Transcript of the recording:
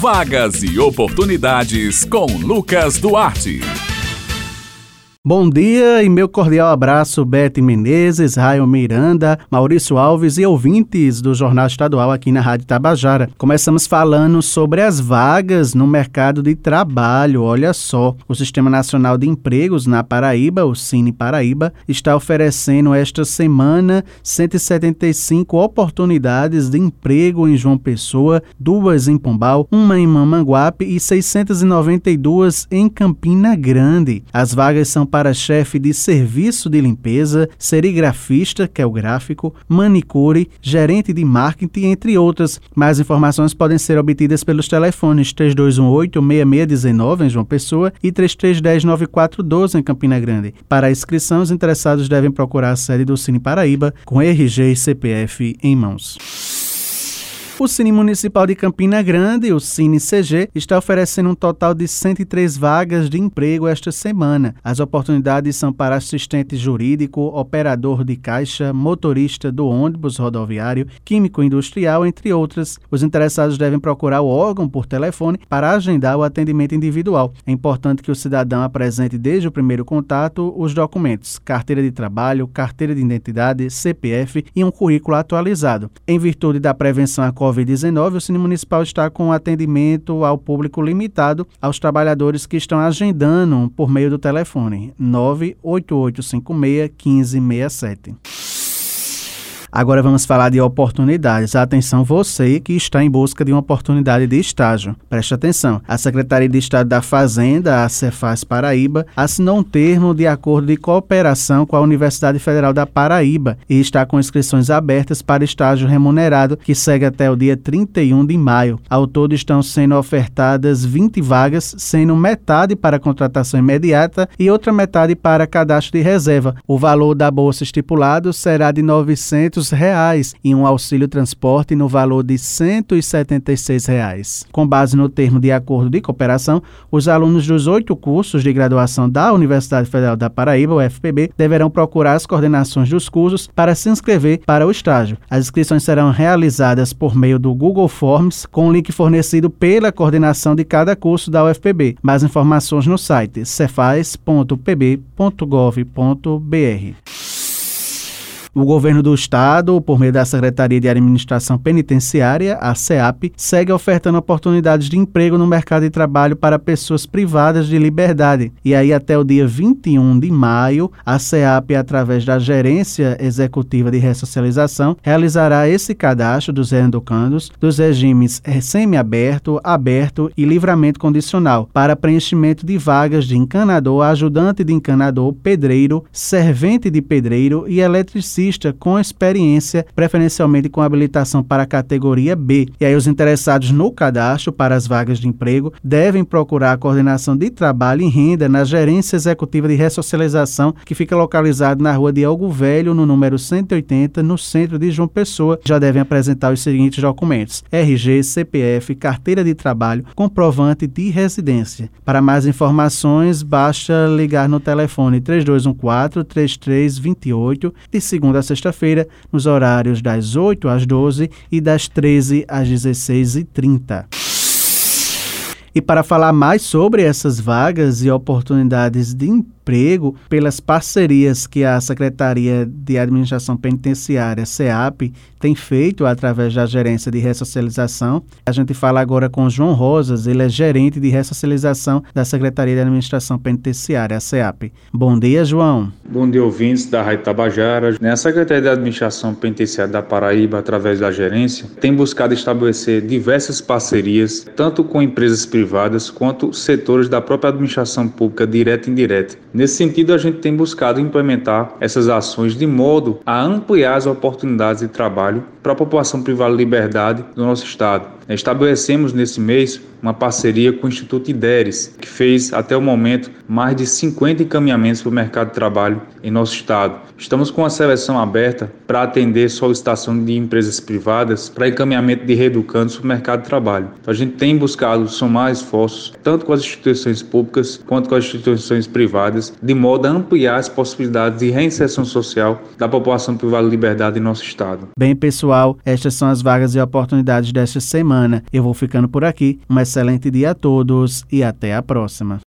Vagas e oportunidades com Lucas Duarte. Bom dia e meu cordial abraço, Bete Menezes, Raio Miranda, Maurício Alves e ouvintes do Jornal Estadual aqui na Rádio Tabajara. Começamos falando sobre as vagas no mercado de trabalho. Olha só, o Sistema Nacional de Empregos na Paraíba, o Cine Paraíba, está oferecendo esta semana 175 oportunidades de emprego em João Pessoa, 2 em Pombal, 1 em Mamanguape e 692 em Campina Grande. As vagas são para chefe de serviço de limpeza, serigrafista, que é o gráfico, manicure, gerente de marketing, entre outras. Mais informações podem ser obtidas pelos telefones 3218-6619 em João Pessoa e 3310-9412 em Campina Grande. Para a inscrição, os interessados devem procurar a sede do Cine Paraíba com RG e CPF em mãos. O Cine Municipal de Campina Grande, o Cine CG, está oferecendo um total de 103 vagas de emprego esta semana. As oportunidades são para assistente jurídico, operador de caixa, motorista do ônibus rodoviário, químico industrial, entre outras. Os interessados devem procurar o órgão por telefone para agendar o atendimento individual. É importante que o cidadão apresente desde o primeiro contato os documentos: carteira de trabalho, carteira de identidade, CPF e um currículo atualizado. Em virtude da prevenção à Covid-19, o Cine Municipal está com atendimento ao público limitado aos trabalhadores que estão agendando por meio do telefone 98856-1567. Agora vamos falar de oportunidades. Atenção você que está em busca de uma oportunidade de estágio. Preste atenção. A Secretaria de Estado da Fazenda, a Cefaz Paraíba, assinou um termo de acordo de cooperação com a Universidade Federal da Paraíba e está com inscrições abertas para estágio remunerado que segue até o dia 31 de maio. Ao todo estão sendo ofertadas 20 vagas, sendo metade para contratação imediata e outra metade para cadastro de reserva. O valor da bolsa estipulado será de R$900 e um auxílio transporte no valor de R$176. Com base no termo de acordo de cooperação, os alunos dos 8 cursos de graduação da Universidade Federal da Paraíba, UFPB, deverão procurar as coordenações dos cursos para se inscrever para o estágio. As inscrições serão realizadas por meio do Google Forms, com o link fornecido pela coordenação de cada curso da UFPB. Mais informações no site cefaz.pb.gov.br. O governo do estado, por meio da Secretaria de Administração Penitenciária, a SEAP, segue ofertando oportunidades de emprego no mercado de trabalho para pessoas privadas de liberdade. E aí, até o dia 21 de maio, a SEAP, através da Gerência Executiva de Ressocialização, realizará esse cadastro dos reeducandos dos regimes semiaberto, aberto e livramento condicional para preenchimento de vagas de encanador, ajudante de encanador, pedreiro, servente de pedreiro e eletricista com experiência, preferencialmente com habilitação para a categoria B. E aí os interessados no cadastro para as vagas de emprego devem procurar a coordenação de trabalho e renda na Gerência Executiva de Ressocialização, que fica localizado na Rua de Algo Velho, no número 180, no centro de João Pessoa. Já devem apresentar os seguintes documentos: RG, CPF, carteira de trabalho, comprovante de residência. Para mais informações, basta ligar no telefone 3214-3328, de segunda a sexta-feira, nos horários das 8 às 12 e das 13 às 16h30. E para falar mais sobre essas vagas e oportunidades de emprego, pelas parcerias que a Secretaria de Administração Penitenciária, SEAP, tem feito através da Gerência de Ressocialização, a gente fala agora com o João Rosas, ele é gerente de ressocialização da Secretaria de Administração Penitenciária, a SEAP. Bom dia, João. Bom dia, ouvintes da Rádio Tabajara. A Secretaria de Administração Penitenciária da Paraíba, através da gerência, tem buscado estabelecer diversas parcerias, tanto com empresas privadas quanto setores da própria administração pública, direta e indireta. Nesse sentido, a gente tem buscado implementar essas ações de modo a ampliar as oportunidades de trabalho para a população privada de liberdade do nosso estado. Estabelecemos nesse mês uma parceria com o Instituto IDERES, que fez até o momento mais de 50 encaminhamentos para o mercado de trabalho em nosso estado. Estamos com a seleção aberta para atender solicitação de empresas privadas para encaminhamento de reeducandos para o mercado de trabalho. Então, a gente tem buscado somar esforços tanto com as instituições públicas quanto com as instituições privadas, de modo a ampliar as possibilidades de reinserção social da população privada de liberdade em nosso estado. Bem, pessoal, estas são as vagas e oportunidades desta semana semana. Eu vou ficando por aqui. Um excelente dia a todos e até a próxima.